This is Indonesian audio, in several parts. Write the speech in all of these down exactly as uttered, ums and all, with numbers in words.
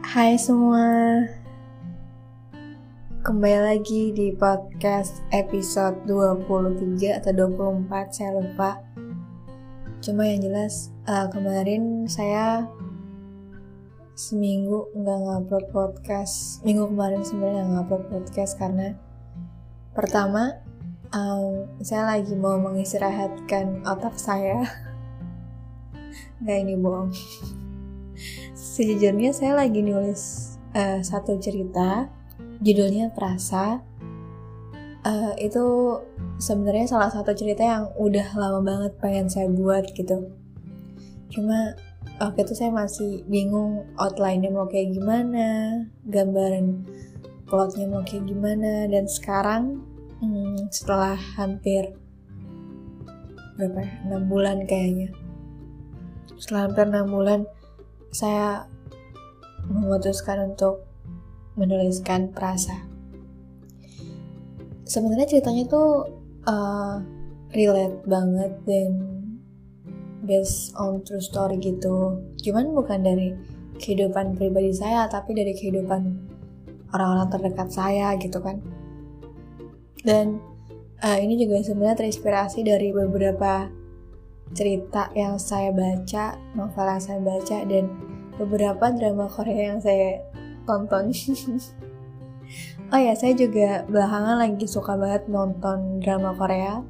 Hai semua, kembali lagi di podcast episode dua puluh tiga atau dua puluh empat, saya lupa. Cuma yang jelas uh, kemarin saya seminggu nggak ngupload podcast. Minggu kemarin sebenarnya nggak ngupload podcast karena pertama um, saya lagi mau mengistirahatkan otak saya. Nggak, ini bohong. Sejujurnya saya lagi nulis uh, satu cerita, judulnya Prasa. Uh, itu sebenarnya salah satu cerita yang udah lama banget pengen saya buat gitu. Cuma waktu itu saya masih bingung outline-nya mau kayak gimana, gambaran plotnya mau kayak gimana. Dan sekarang hmm, setelah hampir berapa ya, enam bulan kayaknya. Setelah hampir enam bulan saya memutuskan untuk menuliskan Prasa. Sebenarnya ceritanya tuh uh, relate banget dan based on true story gitu. Cuman bukan dari kehidupan pribadi saya, tapi dari kehidupan orang-orang terdekat saya gitu kan. Dan uh, ini juga sebenarnya terinspirasi dari beberapa cerita yang saya baca, novel yang saya baca, dan beberapa drama Korea yang saya tonton. Oh ya, saya juga belakangan lagi suka banget nonton drama Korea.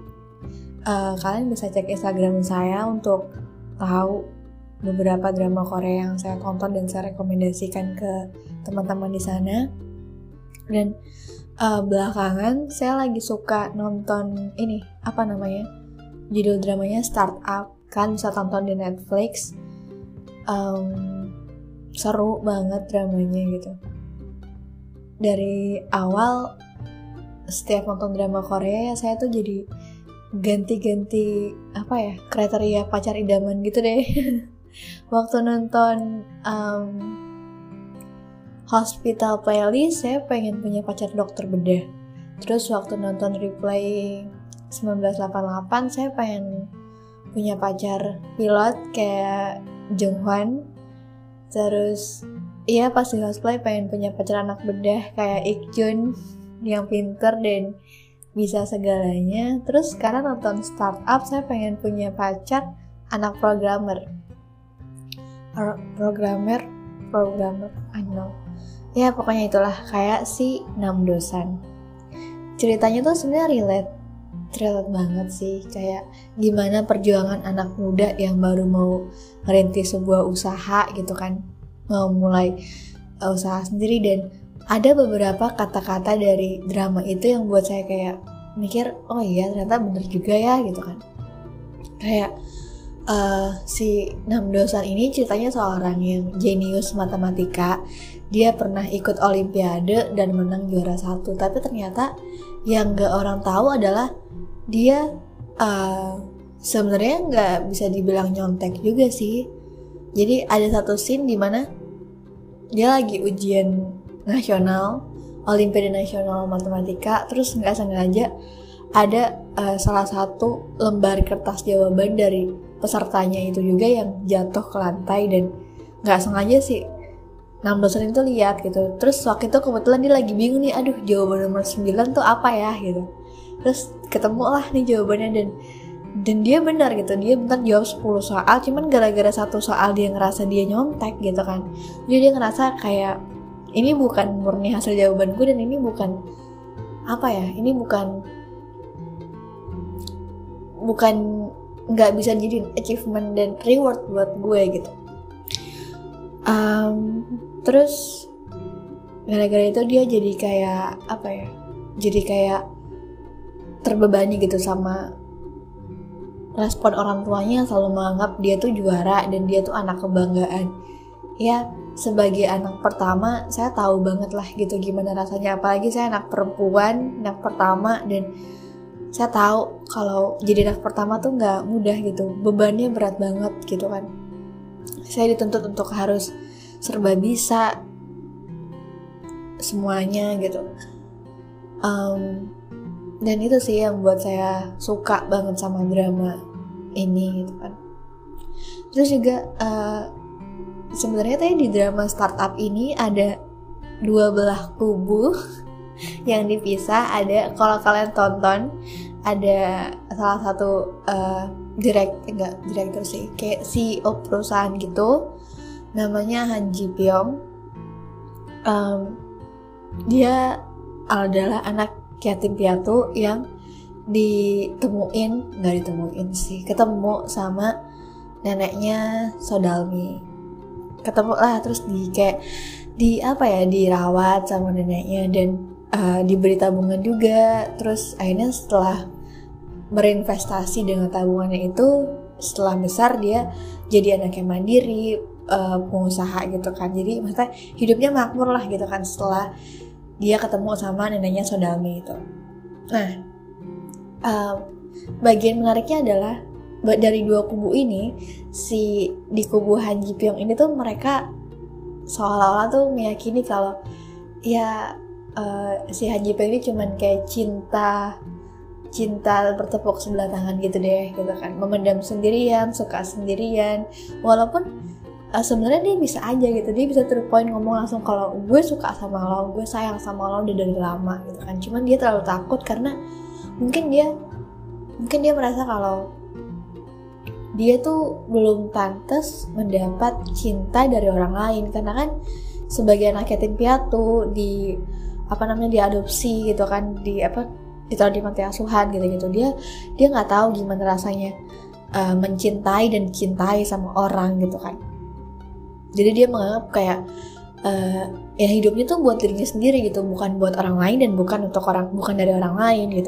Uh, kalian bisa cek Instagram saya untuk tahu beberapa drama Korea yang saya tonton dan saya rekomendasikan ke teman-teman di sana. Dan uh, belakangan saya lagi suka nonton ini, apa namanya? Judul dramanya Startup, kan bisa tonton di Netflix. Um, seru banget dramanya gitu. Dari awal setiap nonton drama Korea ya saya tuh jadi ganti-ganti apa ya, kriteria pacar idaman gitu deh. Waktu nonton um, Hospital Playlist saya pengen punya pacar dokter bedah. Terus waktu nonton Replay sembilan belas delapan puluh delapan saya pengen punya pacar pilot kayak Jung Hwan. Terus iya pas di cosplay pengen punya pacar anak bedah kayak Ik Jun yang pinter dan bisa segalanya. Terus sekarang nonton Startup saya pengen punya pacar anak programmer. Or, programmer, programmer, I know. Ya pokoknya itulah kayak si Nam Dosan. Ceritanya tuh sebenarnya relate. relate banget sih, kayak gimana perjuangan anak muda yang baru mau merintis sebuah usaha gitu kan, mau mulai uh, usaha sendiri. Dan ada beberapa kata-kata dari drama itu yang buat saya kayak mikir, oh iya ternyata bener juga ya gitu kan. Kayak uh, si Nam Dosan ini ceritanya seorang yang jenius matematika. Dia pernah ikut olimpiade dan menang juara satu, tapi ternyata yang gak orang tahu adalah dia uh, sebenarnya nggak bisa dibilang nyontek juga sih. Jadi ada satu scene di mana dia lagi ujian nasional, olimpiade nasional matematika, terus nggak sengaja ada uh, salah satu lembar kertas jawaban dari pesertanya itu juga yang jatuh ke lantai dan nggak sengaja sih Nam Dosan itu lihat gitu. Terus waktu itu kebetulan dia lagi bingung nih, aduh jawaban nomor sembilan tuh apa ya gitu. Terus ketemu lah nih jawabannya dan dan dia benar gitu. Dia bentar jawab sepuluh soal, cuman gara-gara satu soal dia ngerasa dia nyontek gitu kan. Jadi dia ngerasa kayak ini bukan murni hasil jawaban gue dan ini bukan apa ya, ini bukan bukan nggak bisa jadi achievement dan reward buat gue gitu. Um, terus gara-gara itu dia jadi kayak apa ya, jadi kayak terbebani gitu sama respon orang tuanya yang selalu menganggap dia tuh juara dan dia tuh anak kebanggaan. Ya sebagai anak pertama saya tahu banget lah gitu gimana rasanya, apalagi saya anak perempuan, anak pertama, dan saya tahu kalau jadi anak pertama tuh nggak mudah gitu, bebannya berat banget gitu kan. Saya dituntut untuk harus serba bisa semuanya gitu. Um, dan itu sih yang buat saya suka banget sama drama ini gitu kan. Terus juga uh, sebenarnya tadi di drama startup ini ada dua belah kubu yang dipisah. Ada, kalau kalian tonton, ada salah satu uh, direct enggak direktur sih, kayak C E O perusahaan gitu, namanya Han Ji Pyong. Um, dia adalah anak yatim piatu yang ditemuin, nggak ditemuin sih, ketemu sama neneknya Sodalmi. Ketemu lah, terus di kayak di apa ya, dirawat sama neneknya dan uh, diberi tabungan juga. Terus akhirnya setelah berinvestasi dengan tabungannya itu, setelah besar dia jadi anak yang mandiri, uh, pengusaha gitu kan. Jadi maksudnya hidupnya makmur lah gitu kan setelah dia ketemu sama neneknya Sodalmi itu. Nah, uh, bagian menariknya adalah dari dua kubu ini, si di kubu Han Ji Pyong ini tuh mereka seolah-olah tuh meyakini kalau ya uh, si Han Ji Pyong ini cuman kayak cinta cinta bertepuk sebelah tangan gitu deh gitu kan, memendam sendirian, suka sendirian, walaupun uh, sebenarnya dia bisa aja gitu, dia bisa to the point ngomong langsung kalau gue suka sama lo, gue sayang sama lo udah dari lama gitu kan. Cuman dia terlalu takut karena mungkin dia mungkin dia merasa kalau dia tuh belum pantas mendapat cinta dari orang lain, karena kan sebagai anak yatim piatu di apa namanya diadopsi gitu kan, di apa ditaruh di panti asuhan gitu-gitu, dia dia nggak tahu gimana rasanya uh, mencintai dan dicintai sama orang gitu kan. Jadi dia menganggap kayak uh, ya hidupnya tuh buat dirinya sendiri gitu, bukan buat orang lain dan bukan untuk orang bukan dari orang lain gitu.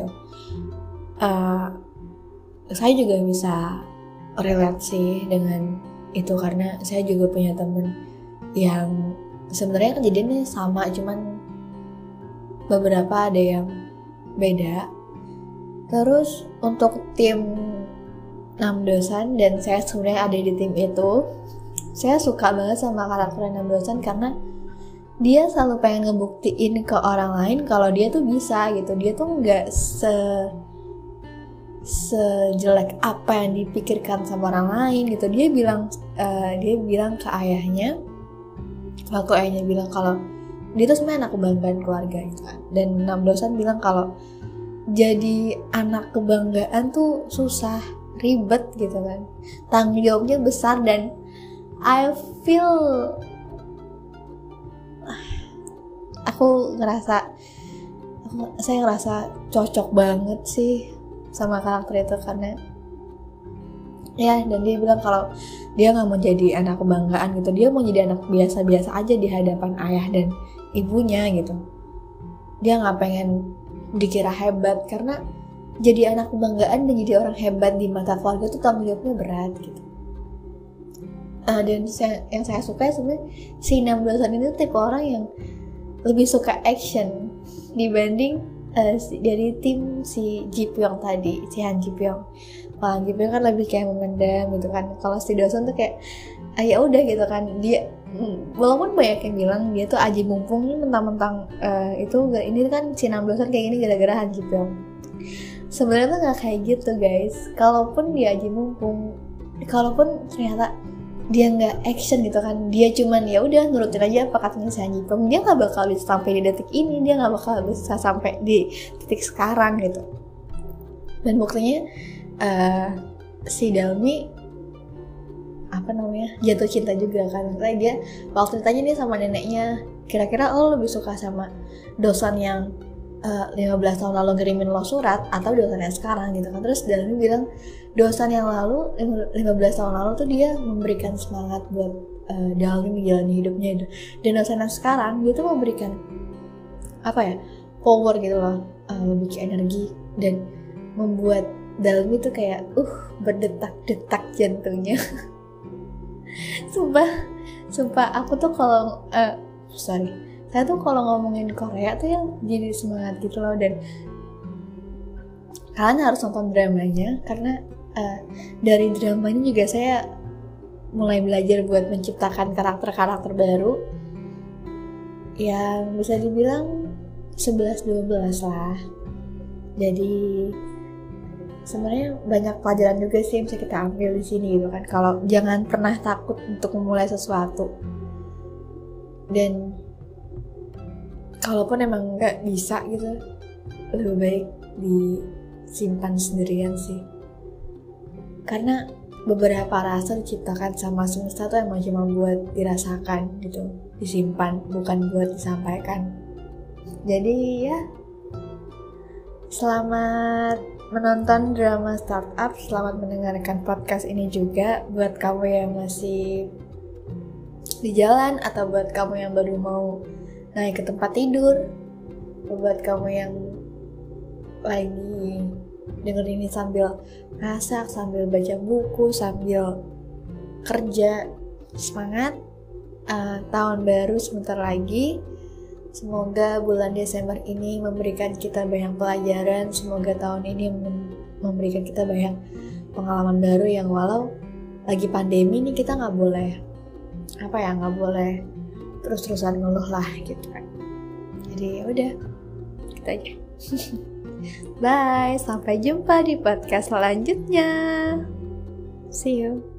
Uh, saya juga bisa relate sih dengan itu, karena saya juga punya temen yang sebenarnya kejadiannya sama, cuman beberapa ada yang beda. Terus untuk tim Nam Dosan, dan saya sebenarnya ada di tim itu, saya suka banget sama karakter Nam Dosan karena dia selalu pengen ngebuktiin ke orang lain kalau dia tuh bisa gitu. Dia tuh nggak se sejelek apa yang dipikirkan sama orang lain gitu. Dia bilang uh, dia bilang ke ayahnya, waktu ayahnya bilang kalau dia tuh sebenarnya anak kebanggaan keluarga gitu kan. Dan Nam Dosan bilang kalau jadi anak kebanggaan tuh susah, ribet gitu kan, tanggung jawabnya besar. Dan I feel aku ngerasa aku, saya ngerasa cocok banget sih sama karakter itu, karena ya, dan dia bilang kalau dia nggak mau jadi anak kebanggaan gitu, dia mau jadi anak biasa-biasa aja di hadapan ayah dan ibunya gitu. Dia nggak pengen dikira hebat, karena jadi anak kebanggaan dan jadi orang hebat di mata keluarga itu tanggung jawabnya berat gitu. Uh, dan saya, yang saya suka sebenarnya si Nam Dosan ini tipe orang yang lebih suka action dibanding uh, si, dari tim si Ji Pyong tadi, si Han Ji Pyong. Nah, Han Ji Pyong kan lebih kayak memendam gitu kan. Kalau si Dosan tuh kayak ah, ya udah gitu kan. Dia walaupun banyak yang bilang dia tuh aji mumpung, ini mentang-mentang uh, itu ini kan si Nam Dosan kayak gini gara-gara Han Ji Pyong. Sebenarnya tuh nggak kayak gitu guys. Kalaupun dia aji mumpung, kalaupun ternyata dia nggak action gitu kan, dia cuman ya udah nurutin aja apa katanya si Han Ji Pyong, dia nggak bakal bisa sampai di detik ini, dia nggak bakal bisa sampai di titik sekarang gitu. Dan buktinya uh, si Dalmi apa namanya jatuh cinta juga kan. Karena dia waktu ditanya nih sama neneknya, kira-kira lo lebih suka sama Dosan yang uh, lima belas tahun lalu ngirimin lo surat atau Dosan yang sekarang gitu kan. Terus Dalmi bilang Dosan yang lalu lima belas tahun lalu tuh dia memberikan semangat buat uh, Dalmi menjalani hidupnya itu. Dan Dosan yang sekarang dia tuh memberikan apa ya, power gitu loh, uh, lebih ke energi, dan membuat Dalmi tuh kayak uh berdetak-detak jantungnya. Sumpah, sumpah aku tuh kalau uh, sorry, saya tuh kalau ngomongin Korea tuh ya jadi semangat gitu loh. Dan kalian harus nonton dramanya, karena uh, dari dramanya juga saya mulai belajar buat menciptakan karakter-karakter baru yang bisa dibilang sebelas dua belas lah. Jadi sebenarnya banyak pelajaran juga sih yang bisa kita ambil di sini gitu kan. Kalau jangan pernah takut untuk memulai sesuatu, dan kalaupun emang nggak bisa gitu, lebih baik disimpan sendirian sih. Karena beberapa rasa diciptakan sama semesta tuh emang cuma buat dirasakan gitu, disimpan, bukan buat disampaikan. Jadi ya, selamat menonton drama startup, selamat mendengarkan podcast ini juga buat kamu yang masih di jalan, atau buat kamu yang baru mau naik ke tempat tidur, atau buat kamu yang lagi dengerin ini sambil masak, sambil baca buku, sambil kerja. Semangat, uh, tahun baru sebentar lagi. Semoga bulan Desember ini memberikan kita banyak pelajaran. Semoga tahun ini memberikan kita banyak pengalaman baru yang walau lagi pandemi nih kita nggak boleh apa ya nggak boleh terus-terusan ngeluh lah gitu kan. Jadi udah gitu aja. Bye, sampai jumpa di podcast selanjutnya. See you.